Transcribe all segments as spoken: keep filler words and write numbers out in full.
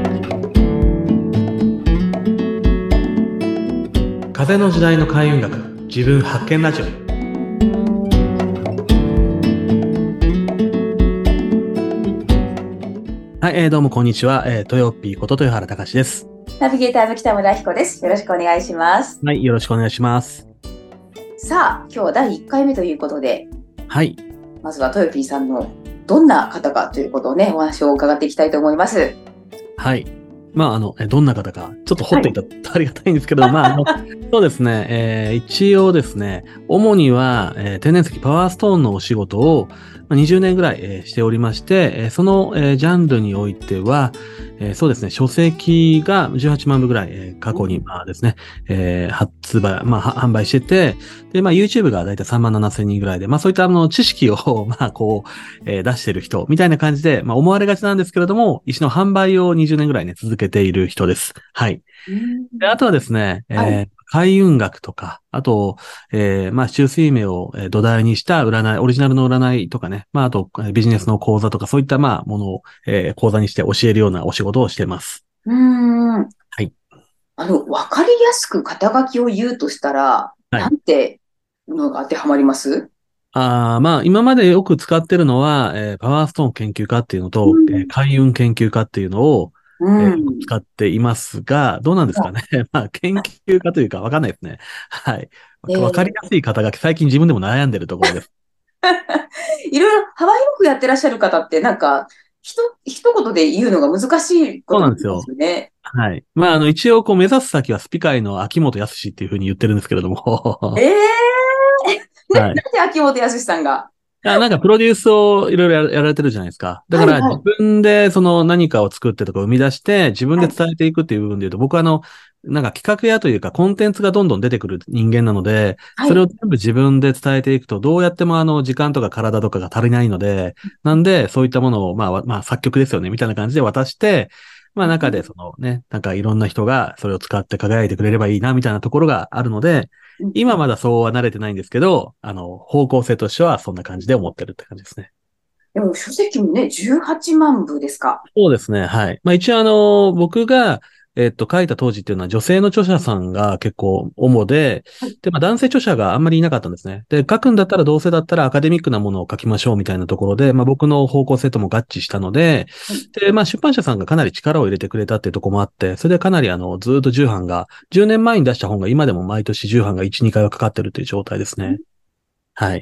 風の時代の開運学、自分発見ラジオ。はい、えー、どうもこんにちは、えー、トヨッピーこと豊原隆です。 ナビゲーターの北村彦です。よろしくお願いします。 はい、よろしくお願いします。 さあ、今日はだいいっかいめということで、 はい。 まずはトヨピーさんのどんな方かということをね、お話を伺っていきたいと思います。 はい。まあ、あの、どんな方か、ちょっと掘っていただくとありがたいんですけど、はい、まあ、あの、そうですね、えー、一応ですね、主には、えー、天然石パワーストーンのお仕事を、まあ、にじゅうねんぐらい、えー、しておりまして、えー、その、えー、ジャンルにおいては、えー、そうですね、書籍がじゅうはちまんぶぐらい、えー、過去に、まあですね、えー、発売、まあ、販売してて、で、まあ、YouTube がだいたいさんまんななせんにんぐらいで、まあ、そういったあの、知識を、まあ、こう、えー、出してる人、みたいな感じで、まあ、思われがちなんですけれども、石の販売をにじゅうねんぐらいね、続けている人です。はい。で、あとはですね、えーはい、開運学とか、あと、えー、まあ、中水明を土台にした占い、オリジナルの占いとかね、まあ、あと、ビジネスの講座とか、そういった、まあ、ものを、えー、講座にして教えるようなお仕事をしています。 うーん。 はい。 あの、わかりやすく肩書きを言うとしたら、はい、なんてのが当てはまります？ あまあ、今までよく使ってるのは、えー、パワーストーン研究家っていうのと、うん、えー、開運研究家っていうのを、うん、えー、使っていますが、どうなんですかね。まあ、研究家というかわかんないですね。はい。わかりやすい肩書き、最近自分でも悩んでるところです。 いろいろ幅広くやってらっしゃる方って、なんか、ひと、一言で言うのが難しいことなんですよね。 はい。まあ、あの、一応、こう、目指す先はスピ界の秋元康っていうふうに言ってるんですけれども。 ええー、はい、なんで秋元康さんがあなんかプロデュースをいろいろやられてるじゃないですか。だから自分でその何かを作ってとか生み出して自分で伝えていくっていう部分で言うと、僕はあの、なんか企画屋というかコンテンツがどんどん出てくる人間なので、それを全部自分で伝えていくとどうやってもあの時間とか体とかが足りないので、なんでそういったものをまあまあ作曲ですよねみたいな感じで渡して、まあ中でそのね、なんかいろんな人がそれを使って輝いてくれればいいなみたいなところがあるので、今まだそうは慣れてないんですけど、あの、方向性としてはそんな感じで思ってるって感じですね。 でも書籍もね、じゅうはちまんぶですか？ そうですね、はい。まあ一応あの、僕が、えっと、書いた当時っていうのは女性の著者さんが結構主で、で、まあ男性著者があんまりいなかったんですね。で、書くんだったらどうせだったらアカデミックなものを書きましょうみたいなところで、まあ僕の方向性とも合致したので、で、まあ出版社さんがかなり力を入れてくれたっていうところもあって、それでかなりあの、ずっとじゅうはんが、じゅうねんまえに出した本が今でも毎年じゅうはんがいち、にかいはかかってるという状態ですね。はい。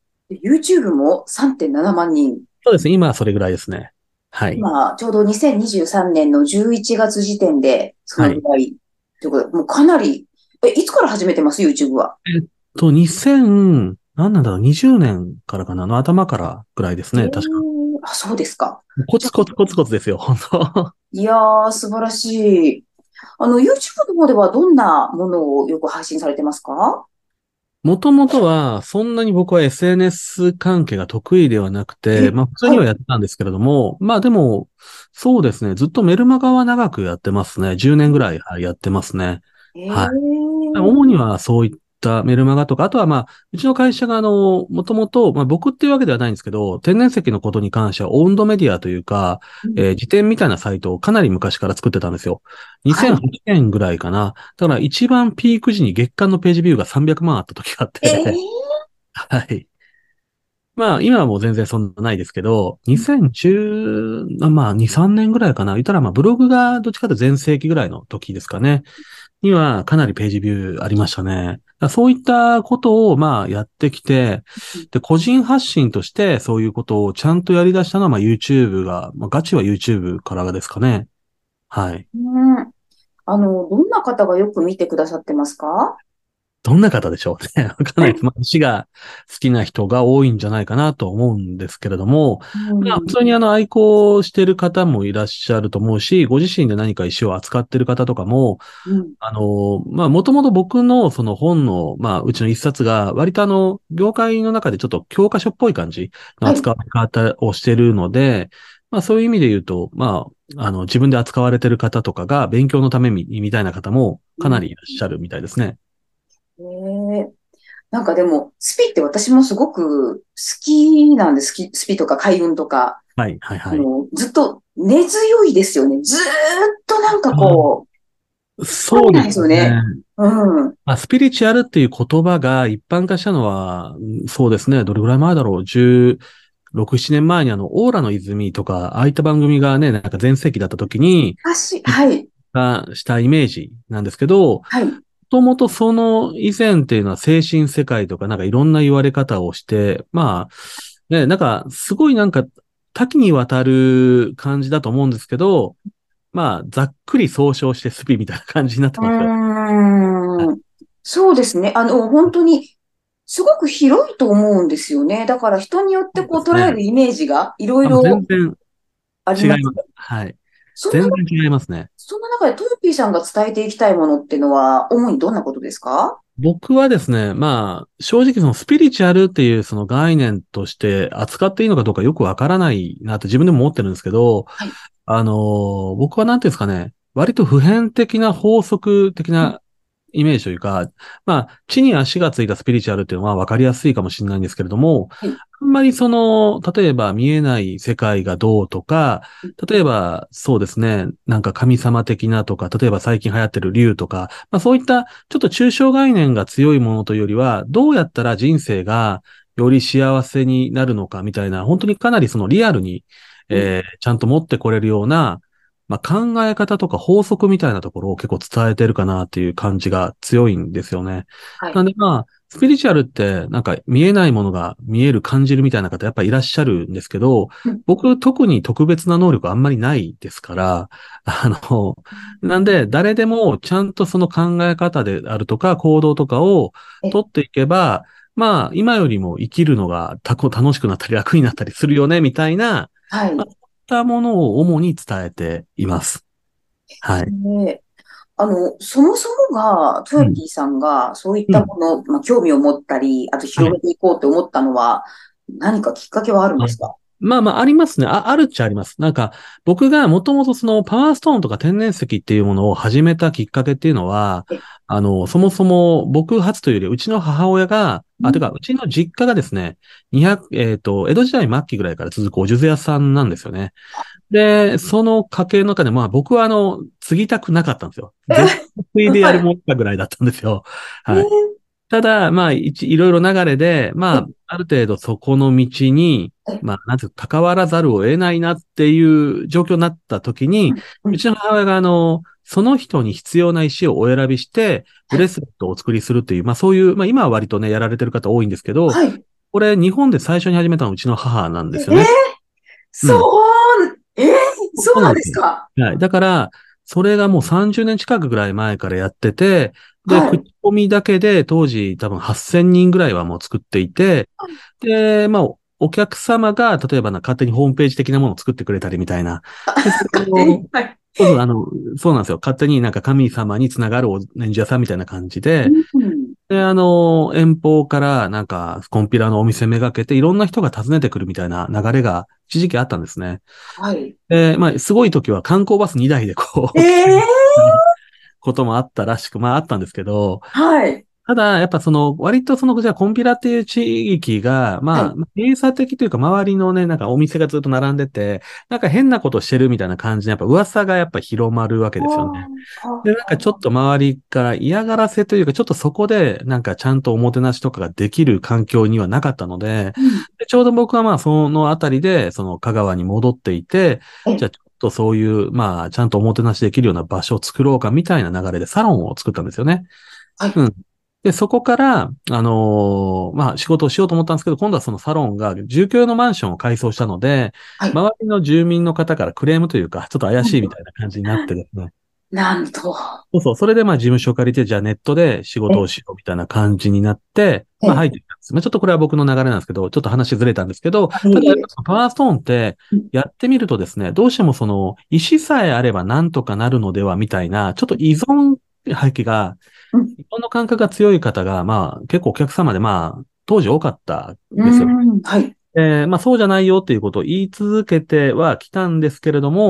YouTube も さんてんななまんにん。 そうですね。今はそれぐらいですね。はい。 今、ちょうどにせんにじゅうさんねんのじゅういちがつ時点で、そのぐらい。はい、ということで、もうかなり、え、いつから始めてます ?YouTube は。 えっと、にせん、なんなんだろう、にじゅうねんからかな、の頭からぐらいですね、 えー、 確か。 あ、そうですか。 コツコツコツコツですよ、本当。 いやー、素晴らしい。あの、YouTube の方ではどんなものをよく配信されてますか？ もともとは、そんなに僕は エスエヌエス 関係が得意ではなくて、まあ普通にはやってたんですけれども、はい、まあでも、そうですね、ずっとメルマガは長くやってますね。じゅうねんぐらいやってますね。はい。主にはそういったメルマガとか、あとはまあ、うちの会社があの、もともと、まあ僕っていうわけではないんですけど、天然石のことに関してはオウンドメディアというか、えー、辞典みたいなサイトをかなり昔から作ってたんですよ。にせんはちねんぐらいかな。だから一番ピーク時に月間のページビューがさんびゃくまんあった時があって、えー、はい。まあ、今はもう全然そんなないですけど、にせんじゅう、まあ、に、さんねんぐらいかな。言ったら、まあ、ブログがどっちかというと全盛期ぐらいの時ですかね。にはかなりページビューありましたね。そういったことを、まあ、やってきて、で、個人発信としてそういうことをちゃんとやり出したのは、まあ、YouTube が、まあ、ガチは YouTube からですかね。はい。 うん。あの、どんな方がよく見てくださってますか？ どんな方でしょうね。わかんないです。まあ、石が好きな人が多いんじゃないかなと思うんですけれども、うん、まあ、普通にあの愛好してる方もいらっしゃると思うし、ご自身で何か石を扱ってる方とかも、うん、あの、まあ、もともと僕のその本の、まあ、うちの一冊が、割とあの、業界の中でちょっと教科書っぽい感じの扱い方をしてるので、はい、まあ、そういう意味で言うと、まあ、あの、自分で扱われてる方とかが勉強のためにみたいな方もかなりいらっしゃるみたいですね。 うんへえ。なんかでも、スピって私もすごく好きなんです。スピとか開運とか。 はい、はい、はい。 あの、ずっと根強いですよね。ずーっとなんかこう、わかんないですそうですよね。 ね。 うん。 まあ、スピリチュアルっていう言葉が一般化したのは、うんそうですね。どれぐらい前だろう。じゅうろく、ななねんまえにあの、オーラの泉とか、ああいった番組がね、なんか全盛期だった時に、 あし、 一はい、 般化したイメージなんですけど、もはい。 ともとその以前っていうのは精神世界とかなんかいろんな言われ方をして、まあ、ね、なんかすごいなんか多岐にわたる感じだと思うんですけど、まあ、ざっくり総称してスピみたいな感じになってうますよ。はい。 ーん。そうですね。あの、本当に、すごく広いと思うんですよね。だから人によってそうでこうすね。 捉えるイメージがいろいあ、もう全ろ然あり違います。 ますね。 はい。 そんな、 全然違いますね。 そんな中でトヨピーさんが伝えていきたいものっていうのは、主にどんなことですか？ 僕はですね、まあ、正直そのスピリチュアルっていうその概念として扱っていいのかどうかよくわからないなって自分でも思ってるんですけど、 はい。 あのー僕はなんていうんですかね、割と普遍的な法則的うん、 なイメージというか、まあ、地に足がついたスピリチュアルっていうのはわかりやすいかもしれないんですけれども、 はい。 あんまりその、例えば見えない世界がどうとか、例えばそうですね、なんか神様的なとか、例えば最近流行ってる竜とか、まあそういったちょっと抽象概念が強いものというよりは、どうやったら人生がより幸せになるのかみたいな、本当にかなりそのリアルに、 うん、 えーちゃんと持ってこれるような、まあ、考え方とか法則みたいなところを結構伝えてるかなっていう感じが強いんですよね。 はい。 なんでまあ、スピリチュアルってなんか見えないものが見える、感じるみたいな方やっぱいらっしゃるんですけど、 うん、 僕特に特別な能力あんまりないですから、あの、なんで誰でもちゃんとその考え方であるとか行動とかをえ、 取っていけば、まあ今よりも生きるのがたこ楽しくなったり楽になったりするよねみたいな、まあ、 はい。 そういったものを主に伝えています。はい。 ね、あの、そもそもが、トうん。 ヨピーさんがそういっうん。 たもの、まあ、興味を持ったり、あとはい。 広めていこうと思ったのは、何かきっかけはあるんであすか？ まあまあ、ありますね。あ、あるっちゃあります。なんか、僕がもともとそのパワーストーンとか天然石っていうものを始めたきっかけっていうのは、 え、 あの、そもそも僕発というより、うちの母親が、あ、てうん、 か、うちの実家がですね、にひゃく、えっと、江戸時代末期ぐらいから続くお数珠屋さんなんですよね。で、その家系の中で、まあ僕はあの、継ぎたくなかったんですよ。絶え、 対継いでやはい。 るもんかぐらいだったんですよ。はい。 えただ、まあ、一いろいろ流れで、まえ、 あ、ある程度そこの道に、 え、 まあ、なぜ関わらざるを得ないなっていう状況になった時に、 うん、うん、 うちの母親があの、その人に必要な石をお選びして、ブはい、 レスレットをお作りするっていう、まあそういう、まあ今は割とね、やられてる方多いんですけど、 はい。 これ日本で最初に始めたのはうちの母なんですよえー、 ね。うそん。 う、えー、そうなんそうなんですよ。 ですか？ はい。だから、それがもうさんじゅうねん近くぐらい前からやってて、で、 はい。 口コミだけで当時多分はっせんにんぐらいはもう作っていて、で、まあ、お客様が、例えばな、勝手にホームページ的なものを作ってくれたりみたいな。で、それ勝手に。 を、 はい。 そうそう、あの、そうなんですよ。勝手になんか神様につながるお念者さんみたいな感じで、 うん。 で、あの、遠方からなんか、コンピラのお店めがけていろんな人が訪ねてくるみたいな流れが一時期あったんですね。 はい。 で、まあ、すごい時は観光バスにだいでこえう、来たりー、 こともあったらしく、まああったんですけど、 はい。 ただ、やっぱその、割とその、じゃあ、コンピラっていう地域が、まあ、 はい。 閉鎖的というか、周りのね、なんかお店がずっと並んでて、なんか変なことしてるみたいな感じで、やっぱ噂がやっぱ広まるわけあですよね。 ーあ、 で、なんかちょっと周りから嫌がらせというか、ちょっとそこで、なんかちゃんとおもてなしとかができる環境にはなかったので、 うん。 でちょうど僕はまあ、そのあたりで、その香川に戻っていて、じゃえ、 あちょっとそういう、まあ、ちゃんとおもてなしできるような場所を作ろうかみたいな流れでサロンを作ったんですよね。 はい。 うん。で、そこから、あのーまあ、仕事をしようと思ったんですけど、今度はそのサロンが住居用のマンションを改装したので、 はい。 周りの住民の方からクレームというか、ちょっと怪しいみなんと、 たいな感じになってですね。 なんと、 そうそう。それでまあ事務所を借りて、じゃあネットで仕事をえ、 しようみたいな感じになって、まあえ、 入ってきたんです。まあちょっとこれは僕の流れなんですけど、ちょっと話ずれたんですけど、 いえいえ。 ただやっぱそのパワーストーンってやってみるとですね、どうしてもその石さえあればなんとかなるのではみたいな、ちょっと依存背景が、 うん、 依存の感覚が強い方が、まあ結構お客様でまあ当時多かったうんですよね。 ん、はい。 えーまあそうじゃないよっていうことを言い続けてはきたんですけれども、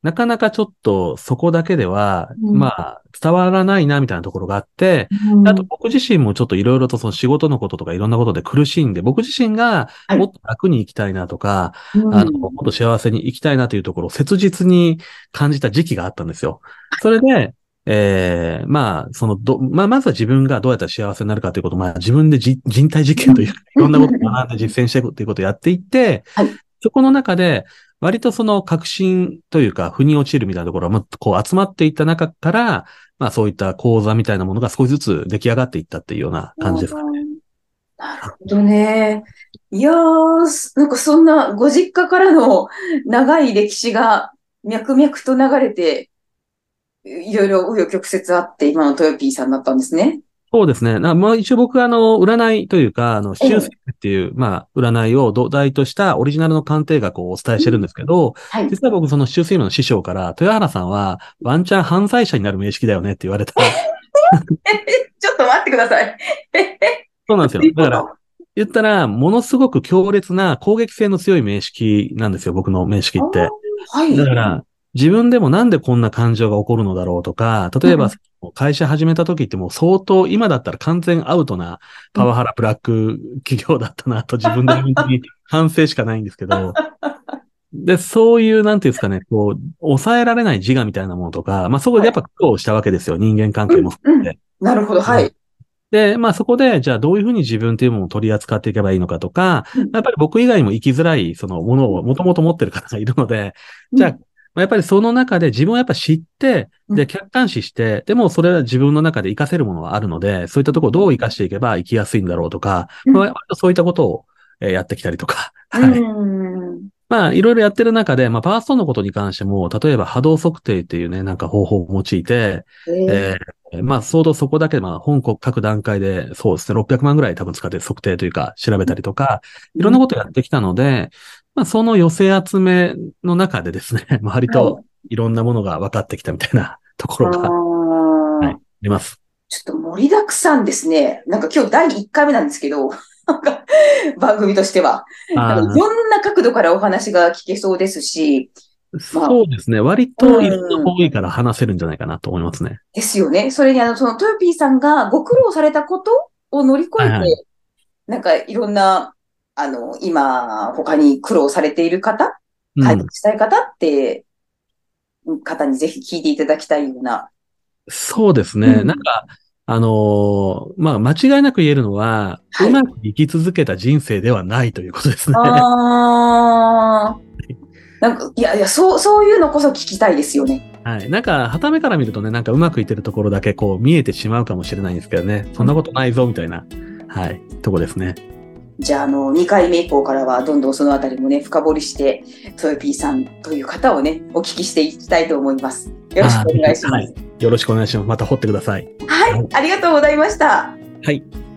なかなかちょっとそこだけでは、 うん。 まあ、伝わらないな、みたいなところがあって、 うあとん。 僕自身もちょっといろいろとその仕事のこととかいろんなことで苦しんで、僕自身がはい。 もっと楽に生きたいなとか、 うあの、もっん。 と幸せに生きたいなというところを切実に感じた時期があったんですよ。それで、ええまあ、そのど、まあ、まずは自分がどうやったら幸せになるかということを、まあ、自分でじ人体実験というか、いろんなことを学んで実践していくということをやっていって、 はい。 そこの中で、割とその確信というか、腑に落ちるみたいなところがもっとこう集まっていった中から、まあそういった講座みたいなものが少しずつ出来上がっていったっていうような感じですかね。 なるほどね。いやー、すなんかそんなご実家からの長い歴史が脈々と流れて、いろいろ紆余曲折あって、今のトヨピーさんになったんですね。 そうですね。なまあ一応僕はあの、占いというか、あの、 ええ。 修正っていう、まあ、占いを土台としたオリジナルの鑑定学をお伝えしてるんですけど、 はい。 実は僕その修正の師匠から、豊原さんはワンチャン犯罪者になる名式だよねって言われた。 ちょっと待ってください。 そうなんですよ。 どういうだから、 こと？ 言ったら、ものすごく強烈な攻撃性の強い名式なんですよ、僕の名式ああって。 ー、はい。 だから、自分でもなんでこんな感情が起こるのだろうとか、例えば、 うん、 会社始めた時ってもう相当、今だったら完全アウトなうん。 パワハラブラック企業だったなと自分で本当に反省しかないんですけど、で、そういう、なんていうんですかね、こう、抑えられない自我みたいなものとか、まあそこではい。 やっぱ苦労したわけですよ、人間関係もうん、うん。 含めて。 なるほど、はい。 で、まあそこで、じゃあどういうふうに自分っていうものを取り扱っていけばいいのかとか、 うん、 やっぱり僕以外も生きづらいそのものをもともと持ってる方がいるので、じゃあ、 うん、 まあやっぱりその中で自分をやっぱ知って、で、 うん。 客観視して、でもそれは自分の中で活かせるものはあるので、そういったところをどう活かしていけば生きやすいんだろうとか、まあ、 うん、 割とそういったことをえーやってきたりとか、 うはい。 ん。 まあ、いろいろやってる中で、まあ、パワーストーンのことに関しても、例えば波動測定っていうね、なんか方法を用いて、 えー、 えーまあ、相当そこだけ、まあ、本国各段階で、そうですね、ろっぴゃくまんぐらい多分使って測定というか、調べたりとか、いろんなうん。 ことやってきたので、まあ、その寄せ集めの中でですね、割とはい。 いろんなものが分かってきたみたいなとこあろが、はい、あー、 ります。 ちょっと盛りだくさんですね。なんか今日だいいっかいめなんですけど、なんか番組としては。なんかいああ、 ろんな角度からお話が聞けそうですし、まあ、 そうですね、割といろんなうん、 方位から話せるんじゃないかなと思いますね。 ですよね。それにあの、そのトヨピーさんがご苦労されたことを乗り越えて、 はいはい。 なんかいろんな、あの、今、他に苦労されている方、 うん。 解決したい方って方にぜひ聞いていただきたいような。 そうですね。なんうん。 か、あのーまあ、間違いなく言えるのは、 はい。 うまく生き続けた人生ではないということですね。 あー。なんか、いやいや、そう、そういうのこそ聞きたいですよね。 はい。なんか、傍目から見るとね、なんかうまくいってるところだけこう見えてしまうかもしれないんですけどね。そんなことないぞ、みたいな、はい、とこですね。 じゃあ、あの、にかいめ以降からは、どんどんそのあたりもね、深掘りして、トヨピーさんという方をね、お聞きしていきたいと思います。よろしああ、 くおぜひ、はい。 願いします。 よろしくお願いします。また掘ってください。 はい、 はい。 ありがとうございました。 はい